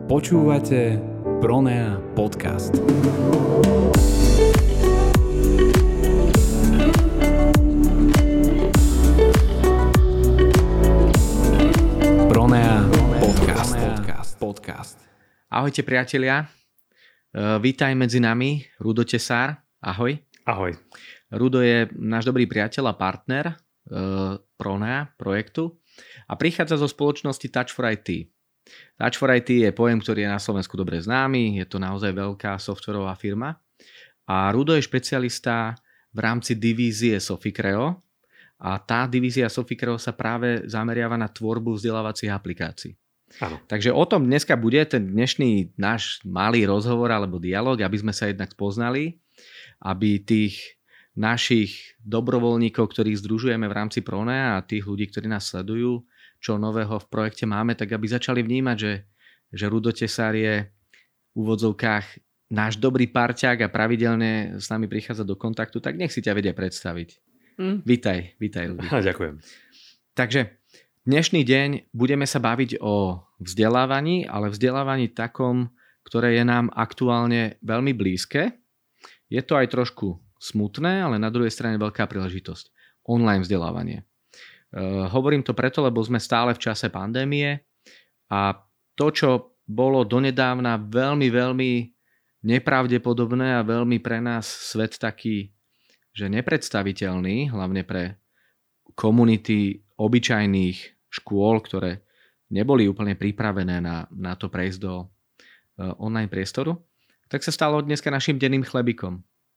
Počúvate Pronea podcast. Pronea podcast. Ahojte priatelia, vítaj medzi nami Rudo Tesár. Ahoj. Ahoj. Rudo je náš dobrý priateľ a partner Pronea projektu a prichádza zo spoločnosti Touch for IT. Touch for IT je pojem, ktorý je na Slovensku dobre známy, je to naozaj veľká softwarová firma a Rudo je špecialista v rámci divízie Soficreo a tá divízia Soficreo sa práve zameriava na tvorbu vzdelávacích aplikácií. Áno. Takže o tom dneska bude ten dnešný náš malý rozhovor alebo dialog, aby sme sa jednak spoznali, aby tých našich dobrovoľníkov, ktorých združujeme v rámci Pronea a tých ľudí, ktorí nás sledujú, čo nového v projekte máme, tak aby začali vnímať, že Rudo Tesár je v úvodzovkách náš dobrý parťák a pravidelne s nami prichádza do kontaktu, tak nech si ťa vedia predstaviť. Vítaj Rudy. Ďakujem. Takže dnešný deň budeme sa baviť o vzdelávaní, ale vzdelávaní takom, ktoré je nám aktuálne veľmi blízke. Je to aj trošku smutné, ale na druhej strane veľká príležitosť. Online vzdelávanie. Hovorím to preto, lebo sme stále v čase pandémie a to, čo bolo donedávna veľmi, veľmi nepravdepodobné a veľmi pre nás svet taký, že nepredstaviteľný, hlavne pre komunity obyčajných škôl, ktoré neboli úplne pripravené na to prejsť do online priestoru, tak sa stalo dneska našim denným chlebikom.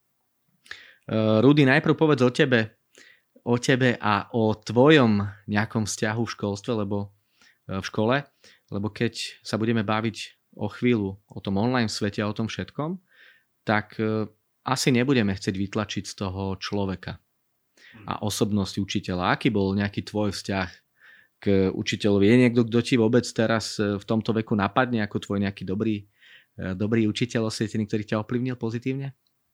Rudy, najprv povedz o tebe a o tvojom nejakom vzťahu v školstve, lebo v škole, lebo keď sa budeme baviť o chvíľu o tom online svete a o tom všetkom, tak asi nebudeme chcieť vytlačiť z toho človeka a osobnosť učiteľa. Aký bol nejaký tvoj vzťah k učiteľovi? Je niekto, kto ti vôbec teraz v tomto veku napadne ako tvoj nejaký dobrý učiteľ osvietený, ktorý ťa ovplyvnil pozitívne?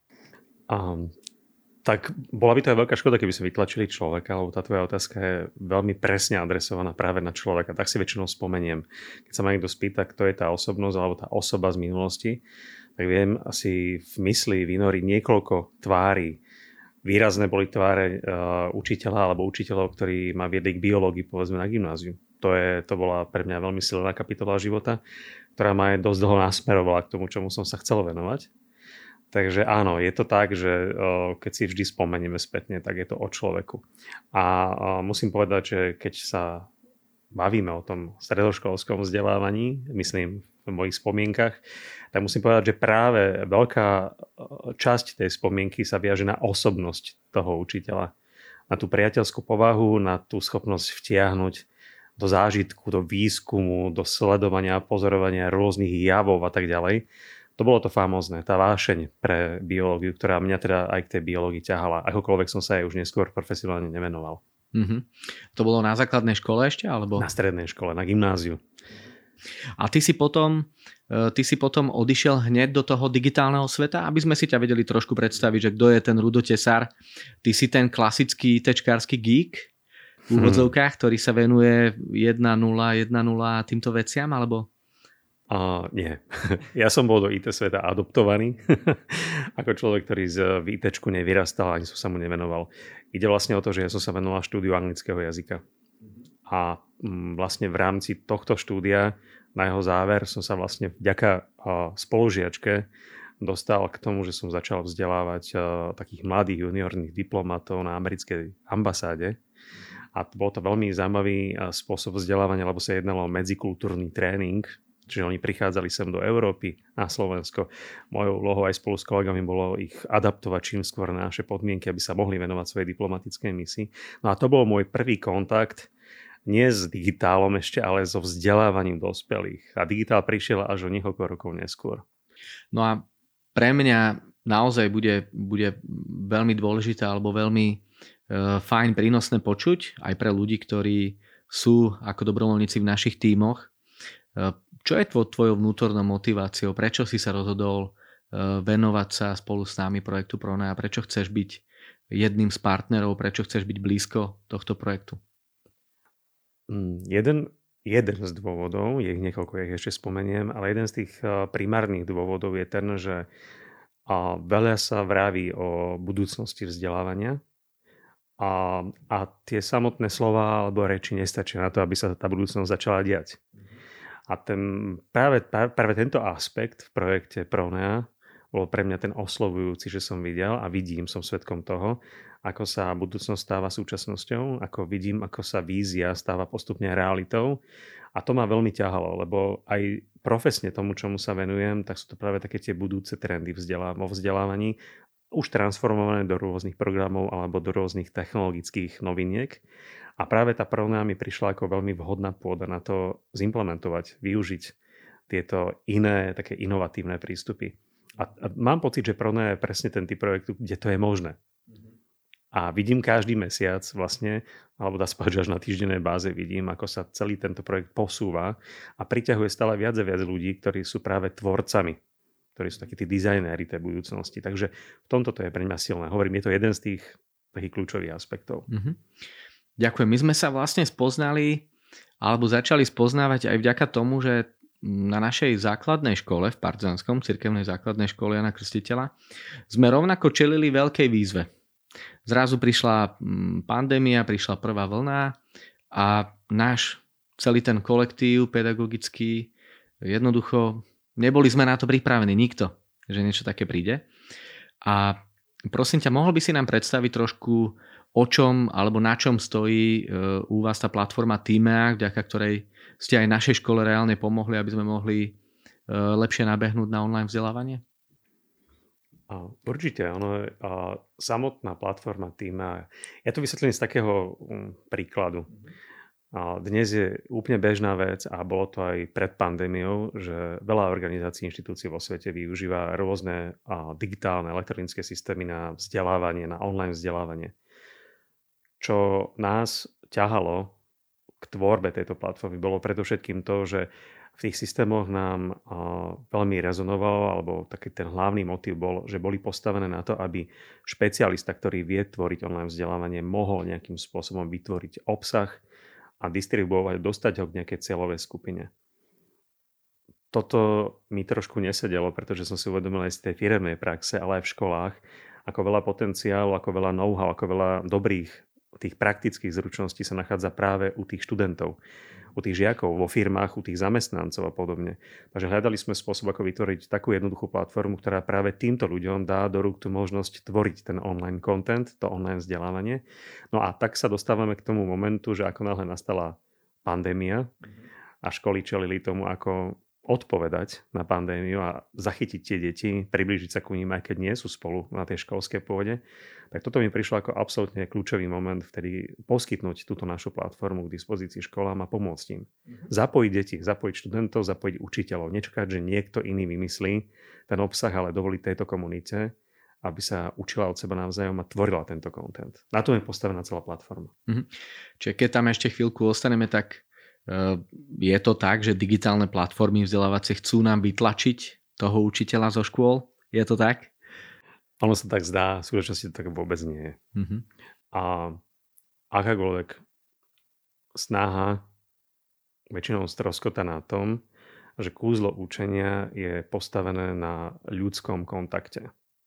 Tak bola by to aj veľká škoda, keby sme vytlačili človeka, lebo tá tvoja otázka je veľmi presne adresovaná práve na človeka. Tak si väčšinou spomeniem. Keď sa ma niekto spýta, kto je tá osobnosť alebo tá osoba z minulosti, tak viem asi v mysli vynoriť niekoľko tvári. Výrazné boli tváre učiteľa alebo učiteľov, ktorí ma viedli k biológii, povedzme na gymnáziu. To bola pre mňa veľmi silná kapitola života, ktorá ma aj dosť dlho nasmerovala k tomu, čomu som sa chcel venovať. Takže áno, je to tak, že keď si vždy spomenieme spätne, tak je to o človeku. A musím povedať, že keď sa bavíme o tom stredoškolskom vzdelávaní, myslím v mojich spomienkach, tak musím povedať, že práve veľká časť tej spomienky sa viaže na osobnosť toho učiteľa. Na tú priateľskú povahu, na tú schopnosť vtiahnuť do zážitku, do výskumu, do sledovania, pozorovania rôznych javov a tak ďalej. To bolo to famózne, tá vášeň pre biológiu, ktorá mňa teda aj k tej biológii ťahala. Akokoľvek som sa jej už neskôr profesionálne nevenoval. Mm-hmm. To bolo na základnej škole ešte? Alebo? Na strednej škole, na gymnáziu. A ty si potom odišiel hneď do toho digitálneho sveta, aby sme si ťa vedeli trošku predstaviť, že kto je ten Rudo Tesár. Ty si ten klasický tečkársky geek v úvodzovkách, ktorý sa venuje 1.0 a týmto veciam, alebo... Nie. Ja som bol do IT sveta adoptovaný ako človek, ktorý z ITčku nevyrastal, ani som sa mu nevenoval. Ide vlastne o to, že ja som sa venoval štúdiu anglického jazyka. A vlastne v rámci tohto štúdia na jeho záver som sa vlastne vďaka spolužiačke dostal k tomu, že som začal vzdelávať takých mladých juniorných diplomatov na americkej ambasáde. A bol to veľmi zaujímavý spôsob vzdelávania, lebo sa jednalo o medzikultúrny tréning. Čiže oni prichádzali sem do Európy, na Slovensko. Mojou úlohou aj spolu s kolegami bolo ich adaptovať čím skôr na naše podmienky, aby sa mohli venovať svojej diplomatickej misii. No a to bol môj prvý kontakt, nie s digitálom ešte, ale so vzdelávaním dospelých. A digitál prišiel až o niekoľko rokov neskôr. No a pre mňa naozaj bude veľmi dôležité alebo veľmi fajn, prínosné počuť aj pre ľudí, ktorí sú ako dobrovoľníci v našich tímoch. Čo je tvojou vnútornou motiváciou? Prečo si sa rozhodol venovať sa spolu s nami projektu Pronea? Prečo chceš byť jedným z partnerov? Prečo chceš byť blízko tohto projektu? Jeden jeden z dôvodov, je ich niekoľko, ja ich ešte spomeniem, ale jeden z tých primárnych dôvodov je ten, že veľa sa vraví o budúcnosti vzdelávania a tie samotné slova alebo reči nestačia na to, aby sa tá budúcnosť začala diať. A práve tento aspekt v projekte Pronea bol pre mňa ten oslovujúci, že som videl a vidím, som svedkom toho, ako sa budúcnosť stáva súčasnosťou, ako vidím, ako sa vízia stáva postupne realitou. A to ma veľmi ťahalo, lebo aj profesne tomu, čomu sa venujem, tak sú to práve také tie budúce trendy vo vzdelávaní, už transformované do rôznych programov alebo do rôznych technologických noviniek. A práve tá Pronea mi prišla ako veľmi vhodná pôda na to zimplementovať, využiť tieto iné, také inovatívne prístupy. A mám pocit, že Pronea je presne ten typ projektu, kde to je možné. A vidím každý mesiac vlastne, alebo dá sa povedať, že až na týždennej báze vidím, ako sa celý tento projekt posúva a priťahuje stále viac a viac ľudí, ktorí sú práve tvorcami, ktorí sú takí tí dizajnéri tej budúcnosti. Takže v tomto to je pre mňa silné. Hovorím, je to jeden z tých takých kľúčových aspektov. Ďakujem. My sme sa vlastne spoznali, alebo začali spoznávať aj vďaka tomu, že na našej základnej škole v Partizánskom, cirkevnej základnej škole Jana Krstiteľa, sme rovnako čelili veľkej výzve. Zrazu prišla pandémia, prišla prvá vlna a náš celý ten kolektív pedagogický, jednoducho neboli sme na to pripravení, nikto, že niečo také príde. A prosím ťa, mohol by si nám predstaviť trošku, o čom alebo na čom stojí u vás tá platforma Tímeák, vďaka ktorej ste aj našej škole reálne pomohli, aby sme mohli lepšie nabehnúť na online vzdelávanie? Určite, samotná platforma Tímeák. Ja to vysvetlím z takého príkladu. Dnes je úplne bežná vec a bolo to aj pred pandémiou, že veľa organizácií, inštitúcií vo svete využíva rôzne digitálne elektronické systémy na vzdelávanie, na online vzdelávanie. Čo nás ťahalo k tvorbe tejto platformy, bolo predovšetkým to, že v tých systémoch nám veľmi rezonovalo, alebo taký ten hlavný motív bol, že boli postavené na to, aby špecialista, ktorý vie tvoriť online vzdelávanie, mohol nejakým spôsobom vytvoriť obsah a distribuovať, dostať ho k nejakej cieľovej skupine. Toto mi trošku nesedelo, pretože som si uvedomil aj z tej firemnej praxe, ale aj v školách, ako veľa potenciálu, ako veľa know-how, ako veľa dobrých tých praktických zručností sa nachádza práve u tých študentov, u tých žiakov, vo firmách, u tých zamestnancov a podobne. Takže hľadali sme spôsob, ako vytvoriť takú jednoduchú platformu, ktorá práve týmto ľuďom dá do rúk tú možnosť tvoriť ten online content, to online vzdelávanie. No a tak sa dostávame k tomu momentu, že ako náhle nastala pandémia a školy čelili tomu, ako odpovedať na pandémiu a zachytiť tie deti, priblížiť sa ku nim, aj keď nie sú spolu na tej školskej pôde, tak toto mi prišlo ako absolútne kľúčový moment, vtedy poskytnúť túto našu platformu k dispozícii školám a pomôcť im. Zapojiť deti, zapojiť študentov, zapojiť učiteľov. Nečakať, že niekto iný vymyslí ten obsah, ale dovoliť tejto komunite, aby sa učila od seba navzájom a tvorila tento content. Na tom je postavená celá platforma. Čiže keď tam ešte chvíľku ostaneme, tak je to tak, že digitálne platformy vzdelávacie chcú nám vytlačiť toho učiteľa zo škôl? Je to tak? Ono sa tak zdá, v skutočnosti to tak vôbec nie je. A akákoľvek snaha väčšinou stroskota na tom, že kúzlo učenia je postavené na ľudskom kontakte.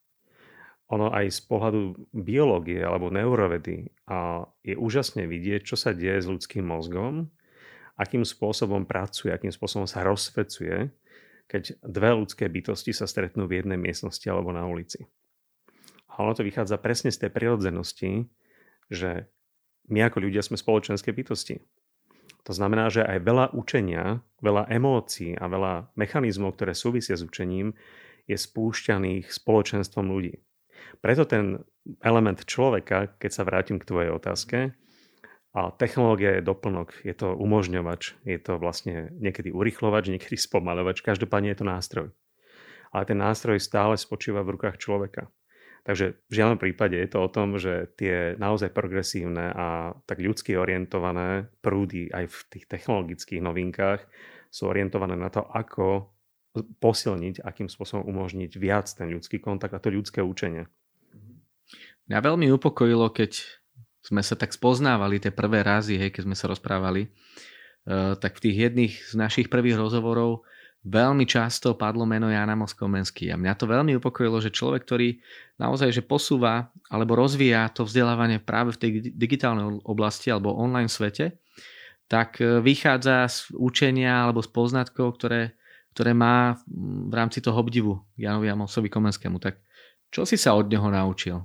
Ono aj z pohľadu biológie alebo neurovedy je úžasne vidieť, čo sa deje s ľudským mozgom, akým spôsobom pracuje, akým spôsobom sa rozsvecuje, keď dve ľudské bytosti sa stretnú v jednej miestnosti alebo na ulici. A ono to vychádza presne z tej prirodzenosti, že my ako ľudia sme spoločenské bytosti. To znamená, že aj veľa učenia, veľa emócií a veľa mechanizmov, ktoré súvisia s učením, je spúšťaných spoločenstvom ľudí. Preto ten element človeka, keď sa vrátim k tvojej otázke, a technológia je doplnok, je to umožňovač, je to vlastne niekedy urychľovač, niekedy spomaľovač, každopádne je to nástroj. Ale ten nástroj stále spočíva v rukách človeka. Takže v žiadnom prípade je to o tom, že tie naozaj progresívne a tak ľudsky orientované prúdy aj v tých technologických novinkách sú orientované na to, ako posilniť, akým spôsobom umožniť viac ten ľudský kontakt a to ľudské učenie. Mňa veľmi upokojilo, keď sme sa tak spoznávali tie prvé razy, keď sme sa rozprávali, tak v tých jedných z našich prvých rozhovorov veľmi často padlo meno Ján Amos Komenský. A mňa to veľmi upokojilo, že človek, ktorý naozaj že posúva alebo rozvíja to vzdelávanie práve v tej digitálnej oblasti alebo online svete, tak vychádza z učenia alebo z poznatkov, ktoré má v rámci toho obdivu Jánovi Amosovi Komenskému. Tak čo si sa od neho naučil?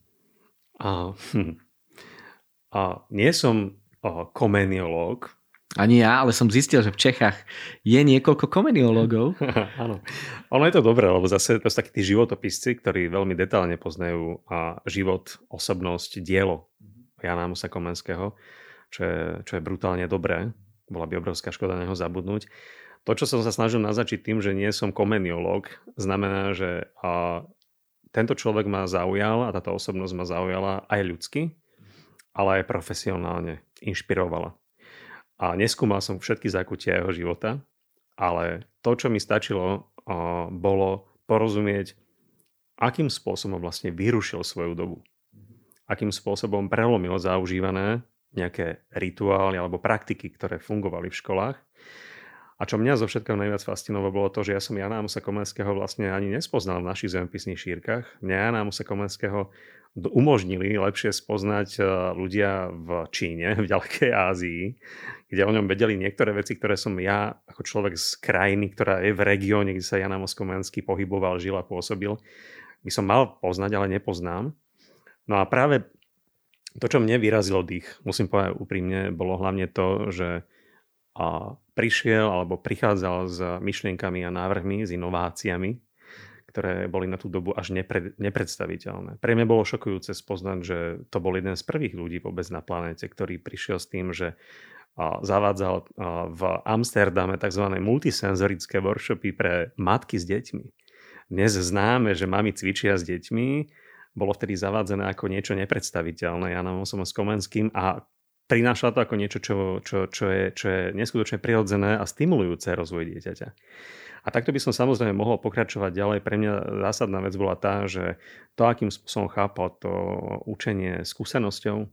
Nie som komeniológ. Ani ja, ale som zistil, že v Čechách je niekoľko komeniológov. Áno. Ono je to dobré, lebo zase to sú takí tí životopisci, ktorí veľmi detailne poznajú život, osobnosť, dielo Jána Amosa Komenského, čo je brutálne dobré. Bola by obrovská škoda na neho zabudnúť. To, čo som sa snažil naznačiť tým, že nie som komeniológ, znamená, že tento človek ma zaujal a táto osobnosť ma zaujala aj ľudsky, ale aj profesionálne inšpirovala. A neskúmal som všetky zákutia jeho života, ale to, čo mi stačilo, bolo porozumieť, akým spôsobom vlastne vyrušil svoju dobu. Akým spôsobom prelomil zaužívané nejaké rituály alebo praktiky, ktoré fungovali v školách. A čo mňa zo všetkého najviac fascinovalo, bolo to, že ja som Jána Amosa Komenského vlastne ani nespoznal v našich zemepisných šírkach. Mňa Jána Amosa Komenského umožnili lepšie spoznať ľudia v Číne, v ďalekej Ázii, kde o ňom vedeli niektoré veci, ktoré som ja ako človek z krajiny, ktorá je v regióne, kde sa Ján Amos Komenský pohyboval, žil a pôsobil, by som mal poznať, ale nepoznám. No a práve to, čo mne vyrazilo dých, musím povedať úprimne, bolo hlavne to, že prišiel alebo prichádzal s myšlienkami a návrhmi, s inováciami, ktoré boli na tú dobu až nepredstaviteľné. Pre mňa bolo šokujúce spoznať, že to bol jeden z prvých ľudí vôbec na planéte, ktorý prišiel s tým, že zavádzal v Amsterdame tzv. Multisenzorické workshopy pre matky s deťmi. Dnes známe, že mami cvičia s deťmi, bolo vtedy zavádzané ako niečo nepredstaviteľné Jánom Amosom Komenským a prináša to ako niečo, čo je neskutočne prirodzené a stimulujúce rozvoj dieťaťa. A takto by som samozrejme mohol pokračovať ďalej. Pre mňa zásadná vec bola tá, že to, akým spôsobom chápal to učenie skúsenosťou,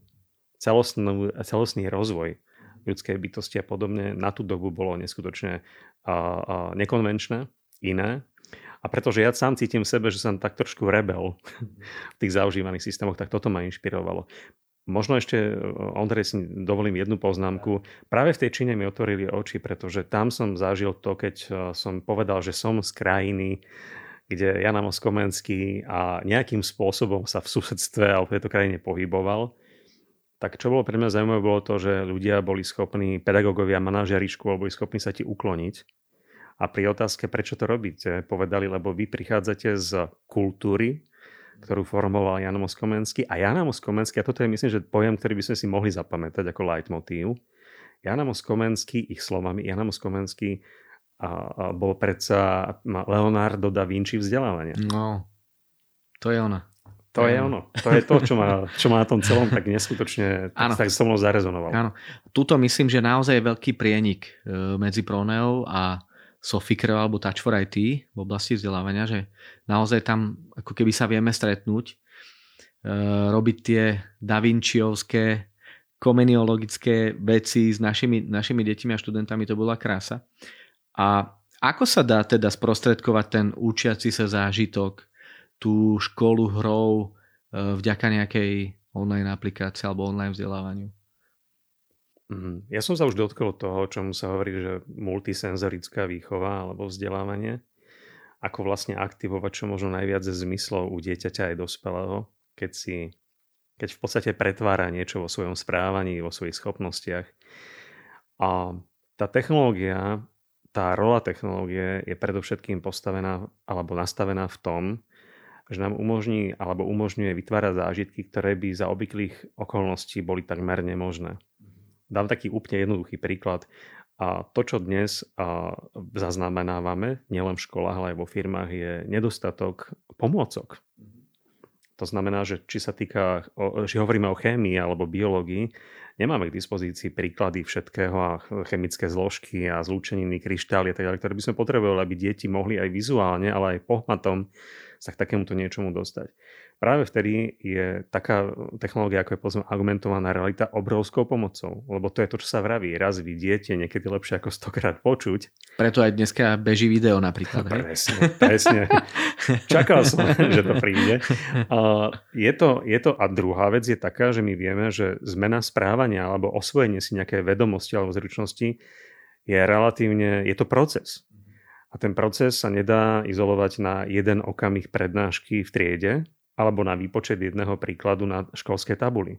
celostný rozvoj ľudskej bytosti a podobne, na tú dobu bolo neskutočne nekonvenčné, iné. A pretože ja sám cítim v sebe, že som tak trošku rebel v tých zaužívaných systémoch, tak toto ma inšpirovalo. Možno ešte, Ondrej, si dovolím jednu poznámku. Práve v tej Číne mi otvorili oči, pretože tam som zažil to, keď som povedal, že som z krajiny, kde Ján Amos Komenský a nejakým spôsobom sa v susedstve alebo v tejto krajine pohyboval. Tak čo bolo pre mňa zaujímavé, bolo to, že ľudia boli schopní, pedagógovia, manažéri škôl boli schopní sa ti ukloniť. A pri otázke, prečo to robíte, povedali, lebo vy prichádzate z kultúry, ktorú formoval Ján Amos Komenský. A Ján Amos Komenský, a toto je myslím, že pojem, ktorý by sme si mohli zapamätať ako leitmotív. Ján Amos Komenský, ich slovami, Ján Amos Komenský bol predsa Leonardo da Vinci vzdelávania. No, to je ona. To je ono. To je to, čo ma na tom celom tak neskutočne tak so mnou zarezonovalo. Áno. Tuto myslím, že naozaj je veľký prienik medzi Proneou a Sophicreo alebo Touch for IT v oblasti vzdelávania, že naozaj tam ako keby sa vieme stretnúť, robiť tie Da Vinciovské komeniologické veci s našimi deťmi a študentami, to bola krása. A ako sa dá teda sprostredkovať ten učiaci sa zážitok, tú školu hrou vďaka nejakej online aplikácii alebo online vzdelávaniu? Ja som sa už dotkol toho, čomu sa hovorí, že multisenzorická výchova alebo vzdelávanie. Ako vlastne aktivovať čo možno najviac zmyslov u dieťaťa aj dospelého, keď v podstate pretvára niečo vo svojom správaní, vo svojich schopnostiach. A tá technológia, tá rola technológie je predovšetkým postavená alebo nastavená v tom, že nám umožní alebo umožňuje vytvárať zážitky, ktoré by za obvyklých okolností boli takmer nemožné. Dám taký úplne jednoduchý príklad. A to, čo dnes zaznamenávame, nielen v školách, ale aj vo firmách, je nedostatok pomôcok. To znamená, že či hovoríme o chémii alebo biológii, nemáme k dispozícii príklady všetkého a chemické zložky a zlúčeniny, kryštály a tak ďalej, ktoré by sme potrebovali, aby deti mohli aj vizuálne, ale aj pohmatom sa k takémuto niečomu dostať. Práve vtedy je taká technológia, ako je povedzme augmentovaná realita, obrovskou pomocou. Lebo to je to, čo sa vraví. Raz vidieť je niekedy lepšie ako 100-krát počuť. Preto aj dneska beží video napríklad. Presne. Čakal som, že to príde. Je to, a druhá vec je taká, že my vieme, že zmena správania alebo osvojenie si nejaké vedomosti alebo zručnosti je to proces. A ten proces sa nedá izolovať na jeden okamih prednášky v triede, alebo na výpočet jedného príkladu na školskej tabuli.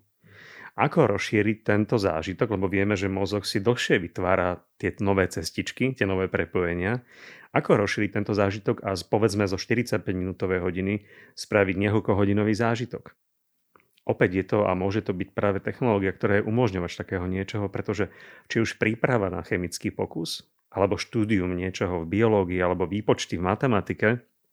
Ako rozšíriť tento zážitok, lebo vieme, že mozog si dlhšie vytvára tie nové cestičky, tie nové prepojenia. Ako rozšíriť tento zážitok a povedzme zo 45-minútovej hodiny spraviť niekoľkohodinový zážitok. Opäť je to a môže to byť práve technológia, ktorá je umožňovač takého niečoho, pretože či už príprava na chemický pokus, alebo štúdium niečoho v biológii, alebo výpočty v matematike,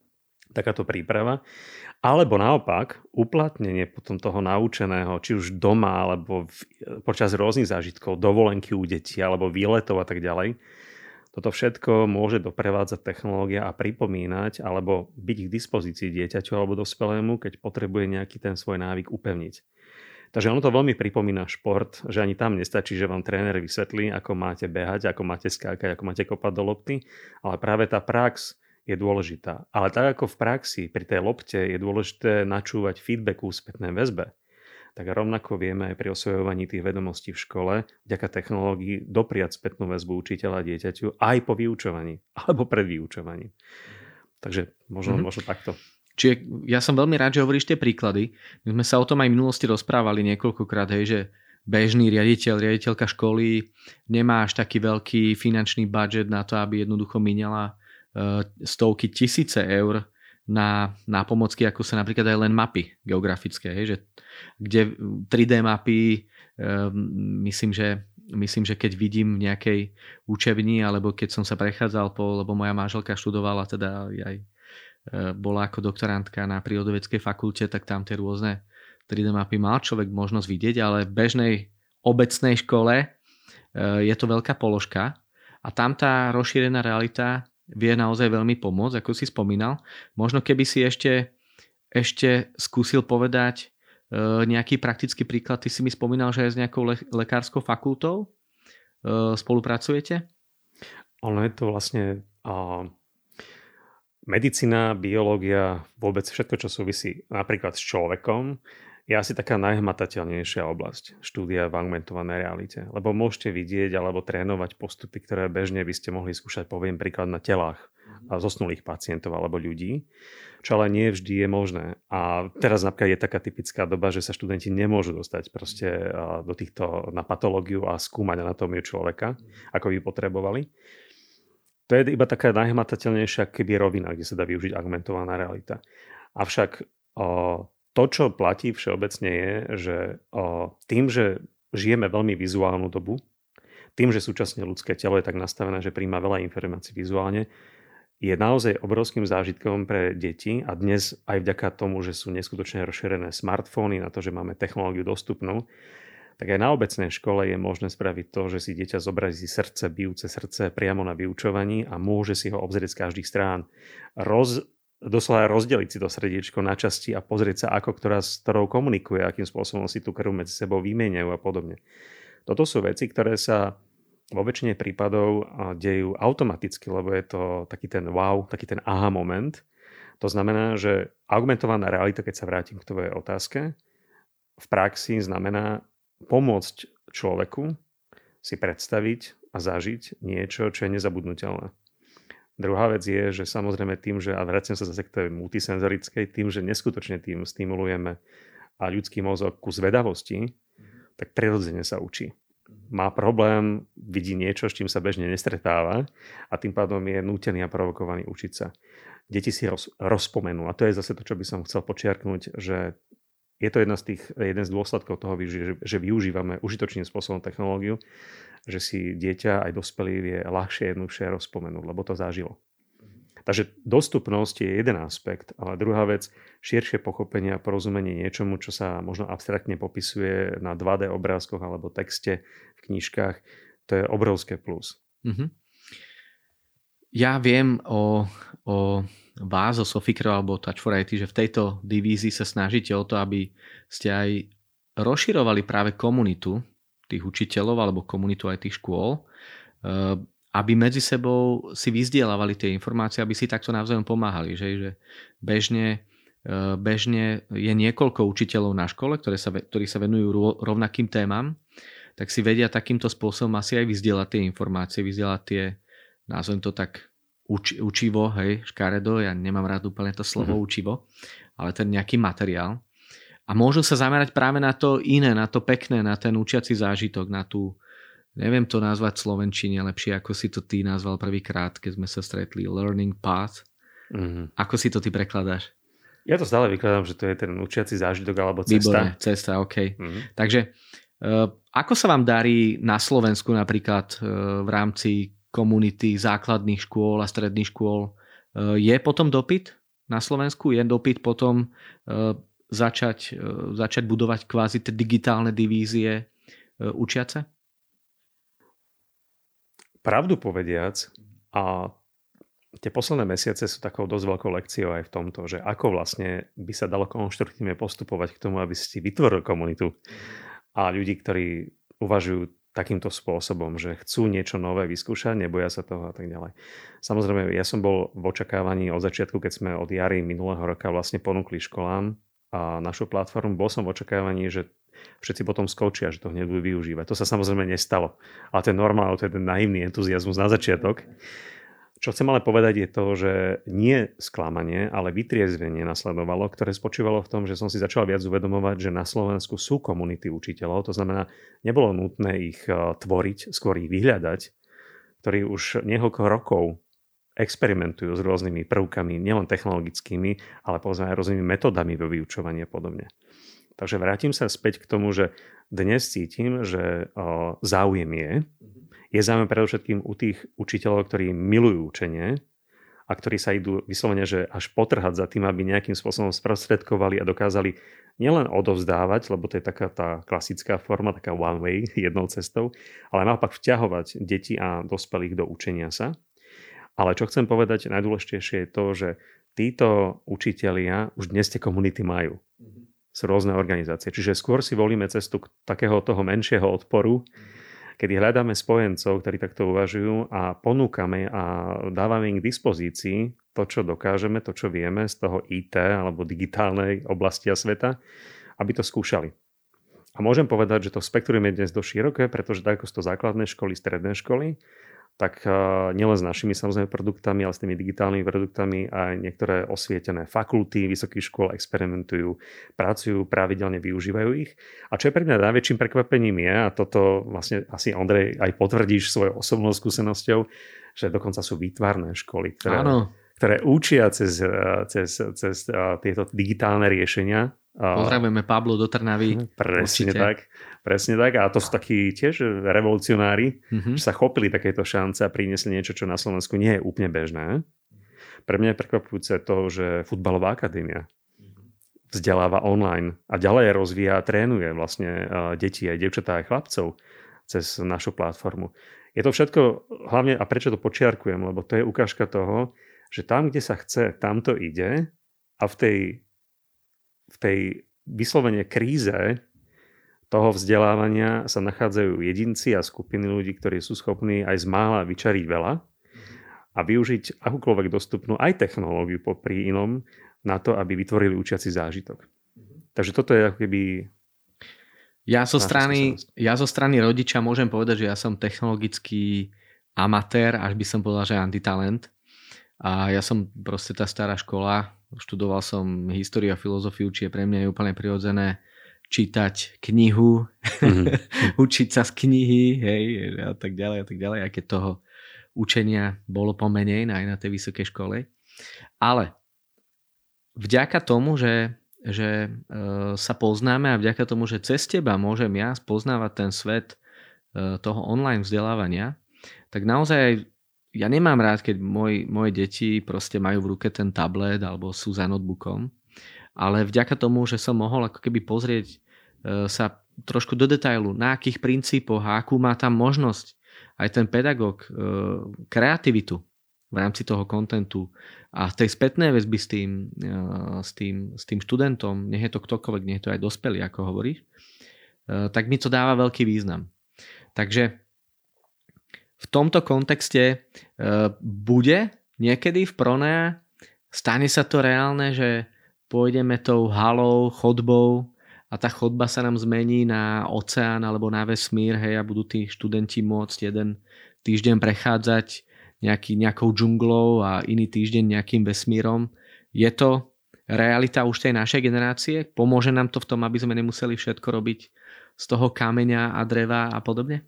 takáto príprava, alebo naopak uplatnenie potom toho naučeného, či už doma, alebo počas rôznych zážitkov, dovolenky u detí, alebo výletov a tak ďalej. Toto všetko môže doprevádzať technológia a pripomínať, alebo byť k dispozícii dieťaťu alebo dospelému, keď potrebuje nejaký ten svoj návyk upevniť. Takže ono to veľmi pripomína šport, že ani tam nestačí, že vám tréner vysvetlí, ako máte behať, ako máte skákať, ako máte kopať do lopty, ale práve tá prax je dôležitá. Ale tak ako v praxi, pri tej lopte je dôležité načúvať feedbacku, spätnej väzbe, tak rovnako vieme aj pri osvojovaní tých vedomostí v škole vďaka technológii dopriať spätnú väzbu učiteľa a dieťaťu aj po vyučovaní alebo pred vyučovaním. Takže možno takto. Čiže ja som veľmi rád, že hovoríš tie príklady. My sme sa o tom aj v minulosti rozprávali niekoľkokrát, že bežný riaditeľka školy nemá až taký veľký finančný budget na to, aby jednoducho míňala stovky tisíce eur na pomocky, ako sa napríklad aj len mapy geografické, kde 3D mapy, myslím, že keď vidím v nejakej učebni, alebo keď som sa prechádzal lebo moja manželka študovala, teda aj bola ako doktorantka na prírodovedeckej fakulte, tak tam tie rôzne 3D mapy mal človek možnosť vidieť, ale v bežnej obecnej škole je to veľká položka a tam tá rozšírená realita vie naozaj veľmi pomôcť, ako si spomínal. Možno keby si ešte skúsil povedať nejaký praktický príklad. Ty si mi spomínal, že aj s nejakou lekárskou fakultou spolupracujete? Ono je to vlastne medicína, biológia, vôbec všetko, čo súvisí napríklad s človekom, je asi taká najhmatateľnejšia oblasť štúdia v augmentovanej realite. Lebo môžete vidieť alebo trénovať postupy, ktoré bežne by ste mohli skúšať, poviem príklad, na telách zosnulých pacientov alebo ľudí, čo ale nie vždy je možné. A teraz napríklad je taká typická doba, že sa študenti nemôžu dostať proste do týchto na patológiu a skúmať anatómiu človeka, ako by potrebovali. To je iba taká najhmatateľnejšia rovina, kde sa dá využiť augmentovaná realita. Avšak to, čo platí všeobecne je, že tým, že žijeme veľmi vizuálnu dobu, tým, že súčasne ľudské telo je tak nastavené, že príjma veľa informácií vizuálne, je naozaj obrovským zážitkom pre deti a dnes aj vďaka tomu, že sú neskutočne rozšírené smartfóny na to, že máme technológiu dostupnú, tak aj na obecnej škole je možné spraviť to, že si dieťa zobrazí bijúce srdce priamo na vyučovaní a môže si ho obzrieť z každých strán. Doslova rozdeliť si to srdiečko na časti a pozrieť sa, ako s ktorou komunikuje, akým spôsobom si tú krv medzi sebou vymieňajú a podobne. Toto sú veci, ktoré sa vo väčšine prípadov dejú automaticky, lebo je to taký ten wow, taký ten aha moment. To znamená, že augmentovaná realita, keď sa vrátim k tvojej otázke, v praxi znamená pomôcť človeku si predstaviť a zažiť niečo, čo je nezabudnutelné. Druhá vec je, že samozrejme tým, že, a vraciam sa zase k tej multisenzorickej, tým, že neskutočne tým stimulujeme a ľudský mozog ku zvedavosti, tak prirodzene sa učí. Má problém, vidí niečo, s čím sa bežne nestretáva a tým pádom je nútený a provokovaný učiť sa. Deti si rozpomenú a to je zase to, čo by som chcel počiarknúť, že je to jeden z dôsledkov toho, že využívame užitočným spôsobom technológiu, že si dieťa aj dospelý vie ľahšie, jednoduchšie rozpomenúť, lebo to zažilo. Takže dostupnosť je jeden aspekt, ale druhá vec, širšie pochopenie a porozumenie niečomu, čo sa možno abstraktne popisuje na 2D obrázkoch alebo texte v knižkách, to je obrovské plus. Ja viem o vás, o Soficre alebo Touch for IT, že v tejto divízii sa snažíte o to, aby ste aj rozširovali práve komunitu tých učiteľov alebo komunitu aj tých škôl, aby medzi sebou si vyzdielavali tie informácie, aby si takto navzájom pomáhali. Že bežne je niekoľko učiteľov na škole, ktorí sa venujú rovnakým témam, tak si vedia takýmto spôsobom asi aj vyzdieľať tie informácie, vyzdieľať tie, nazvem to tak, učivo, hej, škaredo, ja nemám rád úplne to slovo učivo, ale ten nejaký materiál. A môžu sa zamerať práve na to iné, na to pekné, na ten učiaci zážitok, na tú, neviem to nazvať v slovenčine lepšie, ako si to ty nazval prvýkrát, keď sme sa stretli, learning path. Ako si to ty prekladáš? Ja to stále vykladám, že to je ten učiaci zážitok alebo cesta. Výborné, cesta, OK. Takže ako sa vám darí na Slovensku napríklad v rámci komunity základných škôl a stredných škôl? Je potom dopyt na Slovensku? Je dopyt potom začať budovať kvázi tie digitálne divízie učiace? Pravdu povediac, a tie posledné mesiace sú takou dosť veľkou lekciou aj v tomto, že ako vlastne by sa dalo konštruktívne postupovať k tomu, aby si vytvoril komunitu a ľudí, ktorí uvažujú takýmto spôsobom, že chcú niečo nové vyskúšať, neboja sa toho a tak ďalej. Samozrejme, ja som bol v očakávaní od začiatku, keď sme od jary minulého roka vlastne ponúkli školám a našu platformu, bol som v očakávaní, že všetci potom skočia, že to hneď budú využívať. To sa samozrejme nestalo. Ale to je normálne, to je ten naivný entuziasmus na začiatok. Čo chcem ale povedať je to, že nie sklamanie, ale vytriezvenie nasledovalo, ktoré spočívalo v tom, že som si začal viac uvedomovať, že na Slovensku sú komunity učiteľov, to znamená, nebolo nutné ich tvoriť, skôr ich vyhľadať, ktorí už niekoľko rokov experimentujú s rôznymi prvkami, nielen technologickými, ale povedzme aj rôznymi metodami vo vyučovaní a podobne. Takže vrátim sa späť k tomu, že dnes cítim, že záujem je záujem predovšetkým u tých učiteľov, ktorí milujú učenie a ktorí sa idú vyslovene, že až potrhať za tým, aby nejakým spôsobom sprostredkovali a dokázali nielen odovzdávať, lebo to je taká tá klasická forma, taká one way, jednou cestou, ale naopak vťahovať deti a dospelých do učenia sa. Ale čo chcem povedať, najdôležitejšie je to, že títo učitelia už dnes tie komunity majú. Sú rôzne organizácie. Čiže skôr si volíme cestu k takého toho menšieho odporu, kedy hľadáme spojencov, ktorí takto uvažujú a ponúkame a dávame im k dispozícii to, čo dokážeme, to, čo vieme z toho IT alebo digitálnej oblasti a sveta, aby to skúšali. A môžem povedať, že to spektrum je dnes dosť široké, pretože tak ako sú to základné školy, stredné školy, tak nielen s našimi samozrejme produktami, ale s tými digitálnymi produktami aj niektoré osvietené fakulty vysokých škôl experimentujú, pracujú, pravidelne využívajú ich. A čo je pre mňa najväčším prekvapením je, a toto vlastne asi Ondrej aj potvrdíš svojou osobnou skúsenosťou, že dokonca sú výtvarné školy, ktoré učia cez tieto digitálne riešenia. Pozdravujeme Pablo do Trnavy. Presne tak. A to sú takí tiež revolucionári, že sa chopili takéto šance a priniesli niečo, čo na Slovensku nie je úplne bežné. Pre mňa je prekvapujúce to, že futbalová akadémia vzdeláva online a ďalej rozvíja a trénuje vlastne deti, aj dievčatá, aj chlapcov cez našu platformu. Je to všetko, hlavne, a prečo to počiarkujem, lebo to je ukážka toho, že tam, kde sa chce, tam to ide a v tej vyslovene kríze toho vzdelávania sa nachádzajú jedinci a skupiny ľudí, ktorí sú schopní aj z mála vyčariť veľa a využiť akúkoľvek dostupnú aj technológiu popri inom na to, aby vytvorili učiaci zážitok. Takže toto je ako keby... Ja zo strany rodiča môžem povedať, že ja som technologický amatér, až by som povedal, že antitalent. A ja som proste tá stará škola, študoval som históriu a filozofiu, či je pre mňa úplne prirodzené čítať knihu, učiť sa z knihy, hej, a tak ďalej, aj keď toho učenia bolo pomenej aj na tej vysokej škole. Ale vďaka tomu, že sa poznáme a vďaka tomu, že cez teba môžem ja spoznávať ten svet toho online vzdelávania, tak naozaj ja nemám rád, keď moje deti proste majú v ruke ten tablet alebo sú za notebookom, ale vďaka tomu, že som mohol ako keby pozrieť sa trošku do detailu, na akých princípoch a akú má tam možnosť aj ten pedagóg kreativitu v rámci toho kontentu a tej spätnej väzby s tým študentom, nech je to ktokoľvek, nech je to aj dospelý, ako hovoríš, tak mi to dáva veľký význam. Takže v tomto kontexte bude niekedy v Pronea, stane sa to reálne, že pôjdeme tou halou, chodbou a tá chodba sa nám zmení na oceán alebo na vesmír, hej, a budú tí študenti môcť jeden týždeň prechádzať nejakou džunglou a iný týždeň nejakým vesmírom. Je to realita už tej našej generácie? Pomôže nám to v tom, aby sme nemuseli všetko robiť z toho kameňa a dreva a podobne?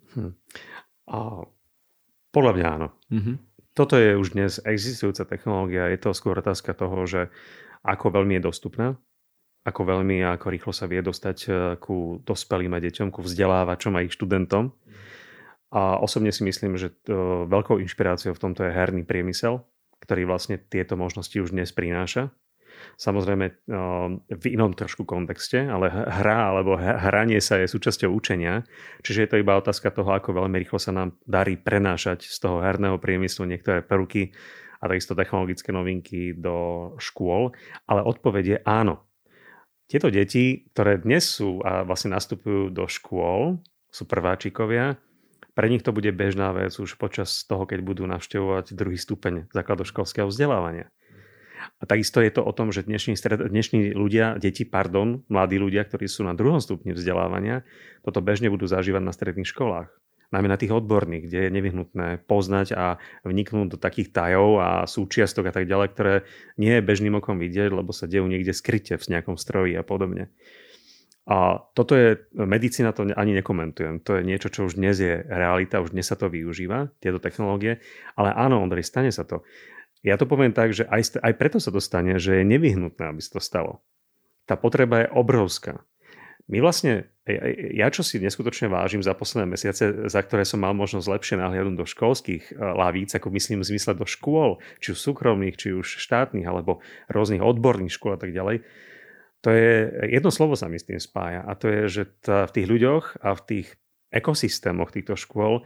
Podľa mňa áno. Mm-hmm. Toto je už dnes existujúca technológia. Je to skôr otázka toho, že ako veľmi je dostupná, ako veľmi a ako rýchlo sa vie dostať ku dospelým a deťom, ku vzdelávačom a ich študentom. A osobne si myslím, že veľkou inšpiráciou v tomto je herný priemysel, ktorý vlastne tieto možnosti už dnes prináša. Samozrejme v inom trošku kontexte, ale hra alebo hranie sa je súčasťou učenia, čiže je to iba otázka toho, ako veľmi rýchlo sa nám darí prenášať z toho herného priemyslu niektoré prvky a takisto technologické novinky do škôl, ale odpoveď je áno. Tieto deti, ktoré dnes sú a vlastne nastupujú do škôl, sú prváčikovia, pre nich to bude bežná vec už počas toho, keď budú navštevovať druhý stupeň základoškolského vzdelávania. A takisto je to o tom, že dnešní ľudia, mladí ľudia, ktorí sú na druhom stupni vzdelávania, toto bežne budú zažívať na stredných školách. Najmä na tých odborných, kde je nevyhnutné poznať a vniknúť do takých tajov a súčiastok a tak ďalej, ktoré nie je bežným okom vidieť, lebo sa dejú niekde skryte v nejakom stroji a podobne. A toto je, medicína to ani nekomentujem, to je niečo, čo už dnes je realita, už dnes sa to využíva, tieto technológie, ale áno, Ondrej, stane sa to. Ja to poviem tak, že aj preto sa to stane, že je nevyhnutné, aby sa to stalo. Tá potreba je obrovská. My vlastne, ja čo si neskutočne vážim za posledné mesiace, za ktoré som mal možnosť lepšie nahliadnúť do školských lavíc, ako myslím v zmysle do škôl, či už súkromných, či už štátnych, alebo rôznych odborných škôl a tak ďalej, to je, jedno slovo sa mi s tým spája a to je, že v tých ľuďoch a v tých ekosystémoch týchto škôl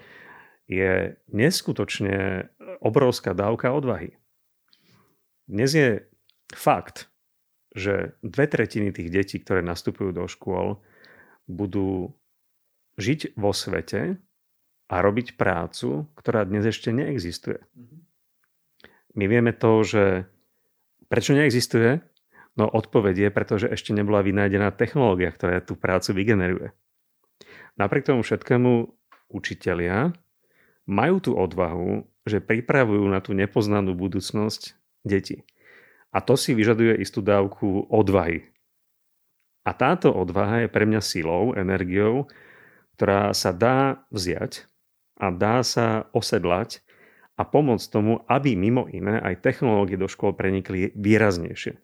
je neskutočne obrovská dávka odvahy. Dnes je fakt, že 2/3 tých detí, ktoré nastupujú do škôl, budú žiť vo svete a robiť prácu, ktorá dnes ešte neexistuje. My vieme to, že prečo neexistuje? No odpoveď je, pretože ešte nebola vynájdená technológia, ktorá tú prácu vygeneruje. Napriek tomu všetkému učitelia majú tú odvahu, že pripravujú na tú nepoznanú budúcnosť deti. A to si vyžaduje istú dávku odvahy. A táto odvaha je pre mňa silou, energiou, ktorá sa dá vziať a dá sa osedlať a pomôcť tomu, aby mimo iné aj technológie do škôl prenikli výraznejšie.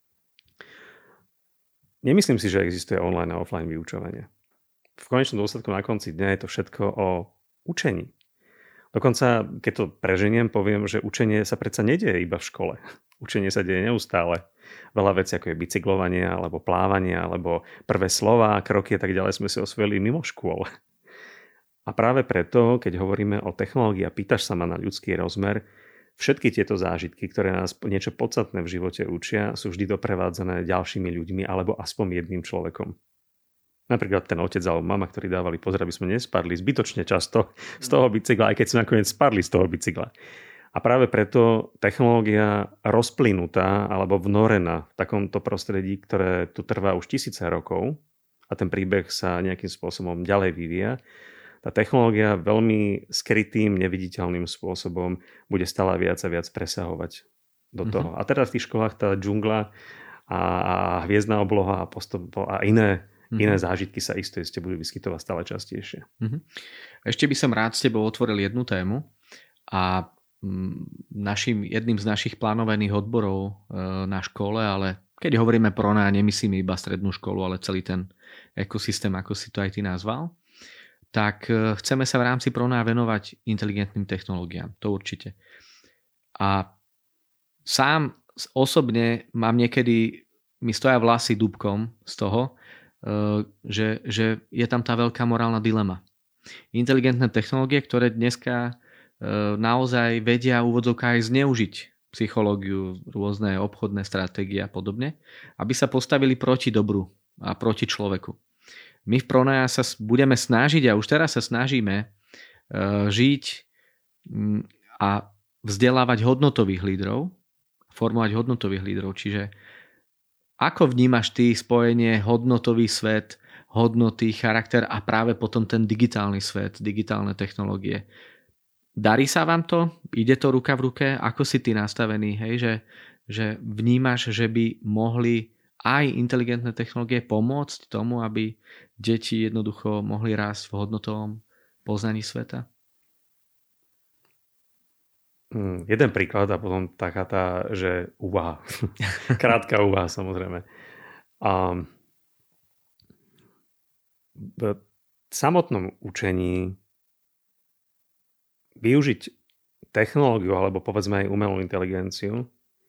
Nemyslím si, že existuje online a offline vyučovanie. V konečnom dôsledku na konci dňa je to všetko o učení. Dokonca, keď to preženiem, poviem, že učenie sa predsa nedieje iba v škole. Učenie sa deje neustále. Veľa vecí, ako je bicyklovanie, alebo plávanie, alebo prvé slová, kroky a tak ďalej sme si osvojili mimo škôl. A práve preto, keď hovoríme o technológii a pýtaš sa ma na ľudský rozmer, všetky tieto zážitky, ktoré nás niečo podstatné v živote učia, sú vždy doprevádzané ďalšími ľuďmi alebo aspoň jedným človekom. Napríklad ten otec alebo mama, ktorí dávali pozor, aby sme nespadli zbytočne často z toho bicykla, aj keď sme nakoniec spadli z toho bicykla. A práve preto technológia rozplynutá alebo vnorená v takomto prostredí, ktoré tu trvá už tisíce rokov a ten príbeh sa nejakým spôsobom ďalej vyvíja, tá technológia veľmi skrytým, neviditeľným spôsobom bude stále viac a viac presahovať do toho. A teda v tých školách tá džungla a hviezdna obloha a iné zážitky sa iste budú vyskytovať stále častejšie. Ešte by som rád s tebou otvoril jednu tému a jedným z našich plánovaných odborov na škole, ale keď hovoríme Pronea, nemyslíme iba strednú školu, ale celý ten ekosystém, ako si to aj ty nazval. tak chceme sa v rámci Pronea venovať inteligentným technológiám. To určite. A sám osobne mám niekedy, mi stoja vlasy dúbkom z toho, že je tam tá veľká morálna dilema. Inteligentné technológie, ktoré dneska naozaj vedia úvodzovka aj zneužiť psychológiu, rôzne obchodné stratégie a podobne, aby sa postavili proti dobru a proti človeku. My v Pronea sa budeme snažiť, a už teraz sa snažíme, žiť a vzdelávať hodnotových lídrov, formovať hodnotových lídrov. Čiže ako vnímaš ty spojenie hodnotový svet, hodnoty, charakter a práve potom ten digitálny svet, digitálne technológie? Darí sa vám to? Ide to ruka v ruke? Ako si ty nastavený? Hej? Že vnímaš, že by mohli aj inteligentné technológie pomôcť tomu, aby deti jednoducho mohli rásť v hodnotovom poznaní sveta? Jeden príklad a potom taká tá, že úvaha. Krátka úvaha, samozrejme. V samotnom učení využiť technológiu alebo povedzme aj umelú inteligenciu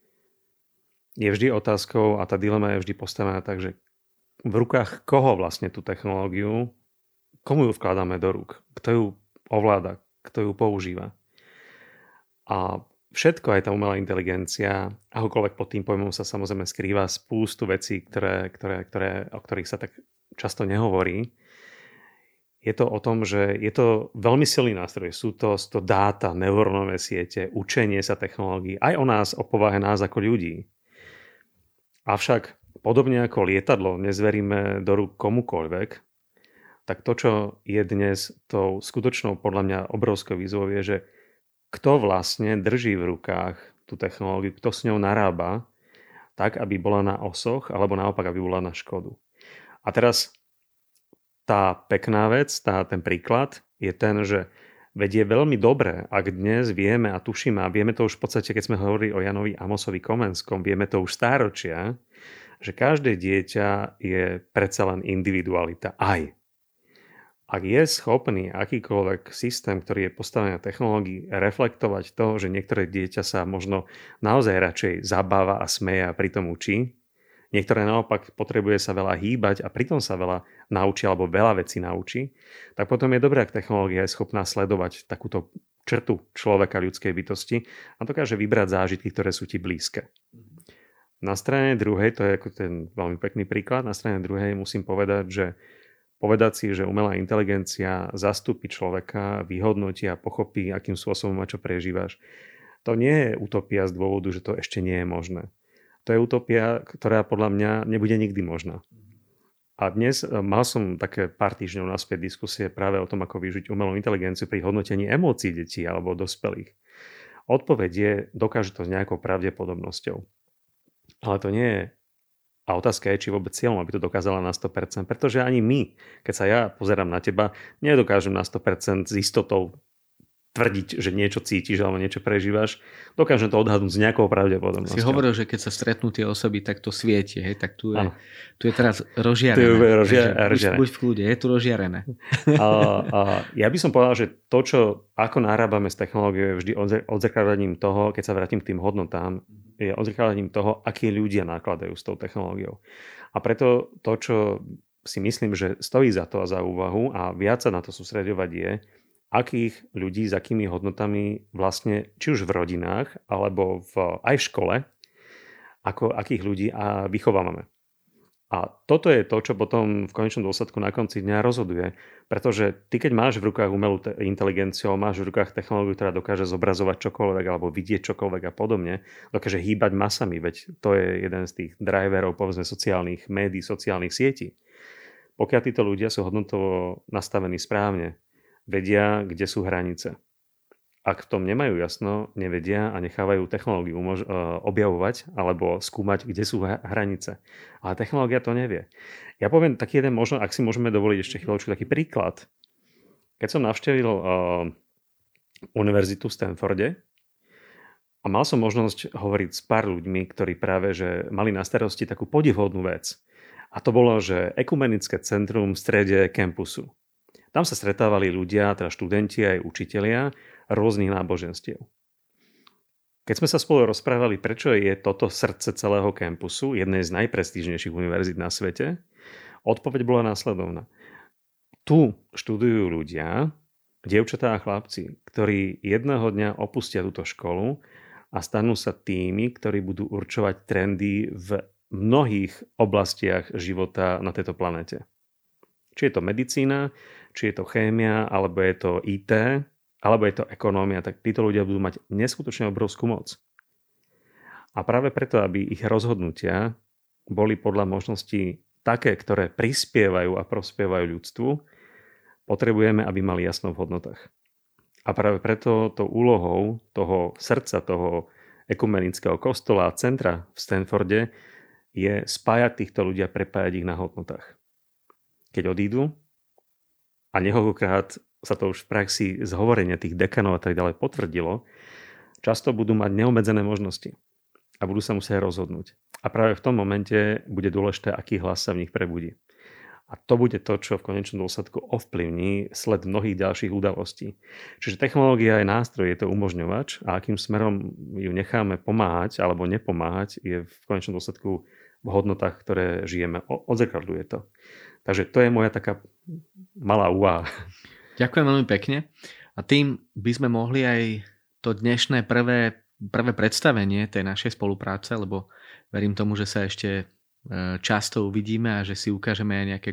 je vždy otázkou a tá dilema je vždy postavená tak, že v rukách koho vlastne tú technológiu, komu ju vkladáme do rúk, kto ju ovláda, kto ju používa. A všetko, aj tá umelá inteligencia, akokoľvek pod tým pojmom sa samozrejme skrýva spústu vecí, o ktorých sa tak často nehovorí. Je to o tom, že je to veľmi silný nástroj. Sú to dáta, neurónové siete, učenie sa technológií, aj o nás, o povahe nás ako ľudí. Avšak podobne ako lietadlo nezveríme do rúk komukoľvek, tak to, čo je dnes tou skutočnou podľa mňa obrovskou výzvou je, že kto vlastne drží v rukách tú technológiu, kto s ňou narába, tak, aby bola na osoch, alebo naopak, aby bola na škodu. A teraz tá pekná vec, ten príklad je ten, že veď je veľmi dobré, ak dnes vieme a tušíme, a vieme to už v podstate, keď sme hovorili o Janovi Amosovi Komenskom, vieme to už stáročia, že každé dieťa je predsa len individualita aj. Ak je schopný akýkoľvek systém, ktorý je postavený na technológii, reflektovať to, že niektoré dieťa sa možno naozaj radšej zabáva a smeje a pritom učí, niektoré naopak potrebuje sa veľa hýbať a pritom sa veľa naučí alebo veľa vecí naučí, tak potom je dobré, ak technológia je schopná sledovať takúto črtu človeka, ľudskej bytosti a dokáže vybrať zážitky, ktoré sú ti blízke. Na strane druhej, to je ako ten veľmi pekný príklad, na strane druhej musím povedať si, že umelá inteligencia zastúpi človeka, vyhodnotí a pochopí, akým spôsobom a čo prežívaš. To nie je utopia z dôvodu, že to ešte nie je možné. To je utopia, ktorá podľa mňa nebude nikdy možná. A dnes mal som také pár týždňov naspäť diskusie práve o tom, ako využiť umelú inteligenciu pri hodnotení emócií detí alebo dospelých. Odpoveď je, dokáže to s nejakou pravdepodobnosťou. Ale to nie je. A otázka je, či vôbec cieľom, aby to dokázala na 100%, pretože ani my, keď sa ja pozerám na teba, nedokážem na 100% s istotou tvrdiť, že niečo cítiš alebo niečo prežívaš. Dokážem to odhadnúť s nejakou pravdepodobnosťou. Si hovoril, že keď sa stretnú tie osoby, tak to svieti, hej? Tak tu je teraz rozžiarené. Buď v kľude, je tu rozžiarené. Ja by som povedal, že to, ako narábame s technológiou, je vždy odzrkadlením toho, keď sa vrátim k tým hodnotám, je odzrkadlením toho, akí ľudia nakladajú s tou technológiou. A preto to, čo si myslím, že stojí za to a za úvahu a viac sa na to sústreďovať je, akých ľudí, s akými hodnotami vlastne, či už v rodinách, alebo aj v škole, akých ľudí vychovávame. A toto je to, čo potom v konečnom dôsledku na konci dňa rozhoduje. Pretože ty, keď máš v rukách umelú inteligenciu, máš v rukách technológiu, ktorá dokáže zobrazovať čokoľvek alebo vidieť čokoľvek a podobne, dokáže hýbať masami, veď to je jeden z tých driverov, povedzme, sociálnych médií, sociálnych sietí. Pokiaľ títo ľudia sú hodnotovo nastavení správne, vedia, kde sú hranice. Ak v tom nemajú jasno, nevedia a nechávajú technológiu objavovať alebo skúmať, kde sú hranice. Ale technológia to nevie. Ja poviem taký jeden, možno, ak si môžeme dovoliť ešte chvíľočku, taký príklad. Keď som navštívil univerzitu v Stanforde a mal som možnosť hovoriť s pár ľuďmi, ktorí práve že mali na starosti takú podivuhodnú vec. A to bolo, že ekumenické centrum v strede kampusu. Tam sa stretávali ľudia, teda študenti aj učitelia rôznych náboženstiev. Keď sme sa spolu rozprávali, prečo je toto srdce celého kampusu, jednej z najprestížnejších univerzít na svete, odpoveď bola následovná. Tu študujú ľudia, dievčatá a chlapci, ktorí jedného dňa opustia túto školu a stanú sa tými, ktorí budú určovať trendy v mnohých oblastiach života na tejto planete. Či je to medicína, či je to chémia, alebo je to IT, alebo je to ekonómia, tak títo ľudia budú mať neskutočne obrovskú moc. A práve preto, aby ich rozhodnutia boli podľa možností také, ktoré prispievajú a prospievajú ľudstvu, potrebujeme, aby mali jasno v hodnotách. A práve preto tou úlohou toho srdca, toho ekumenického kostola a centra v Stanforde je spájať týchto ľudí a prepájať ich na hodnotách. Keď odídu, a niekoľkokrát sa to už v praxi z hovorenia tých dekanov a tak ďalej potvrdilo, často budú mať neobmedzené možnosti a budú sa musieť rozhodnúť. A práve v tom momente bude dôležité, aký hlas sa v nich prebudí. A to bude to, čo v konečnom dôsledku ovplyvní sled mnohých ďalších udalostí. Čiže technológia je nástroj, je to umožňovač a akým smerom ju necháme pomáhať alebo nepomáhať, je v konečnom dôsledku v hodnotách, ktoré žijeme. Odzrkadľuje to. Takže to je moja taká malá úvaha. Ďakujem veľmi pekne. A tým by sme mohli aj to dnešné prvé predstavenie tej našej spolupráce, lebo verím tomu, že sa ešte často uvidíme a že si ukážeme aj nejaké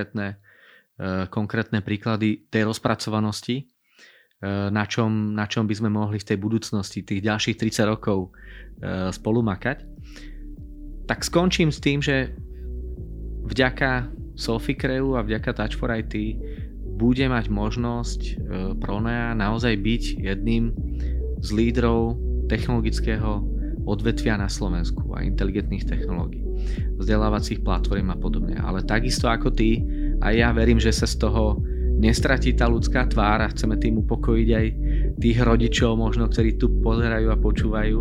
konkrétne príklady tej rozpracovanosti, na čom by sme mohli v tej budúcnosti, tých ďalších 30 rokov spolu makať. Tak skončím s tým, že vďaka Sophicreu a vďaka Touch for IT bude mať možnosť Pronea naozaj byť jedným z lídrov technologického odvetvia na Slovensku a inteligentných technológií, vzdelávacích platform a podobne. Ale takisto ako ty, aj ja verím, že sa z toho nestratí tá ľudská tvár a chceme tým upokojiť aj tých rodičov možno, ktorí tu pozerajú a počúvajú,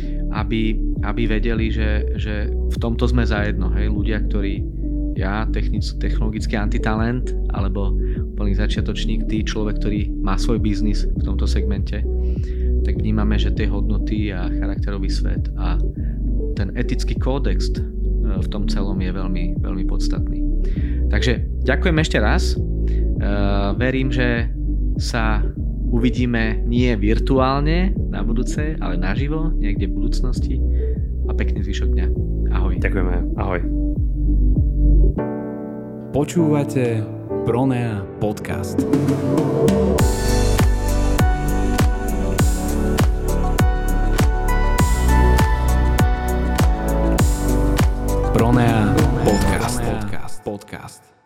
aby vedeli, že v tomto sme zajedno. Hej? Ľudia, ktorí technologický antitalent alebo úplný začiatočník, ty človek, ktorý má svoj biznis v tomto segmente, tak vnímame, že tie hodnoty a charakterový svet a ten etický kódex v tom celom je veľmi, veľmi podstatný. Takže ďakujem ešte raz. Verím, že sa uvidíme nie virtuálne na budúce, ale naživo, niekde v budúcnosti. A pekný zvyšok dňa. Ahoj. Ďakujeme. Ahoj. Počúvate Pronea podcast. Pronea podcast.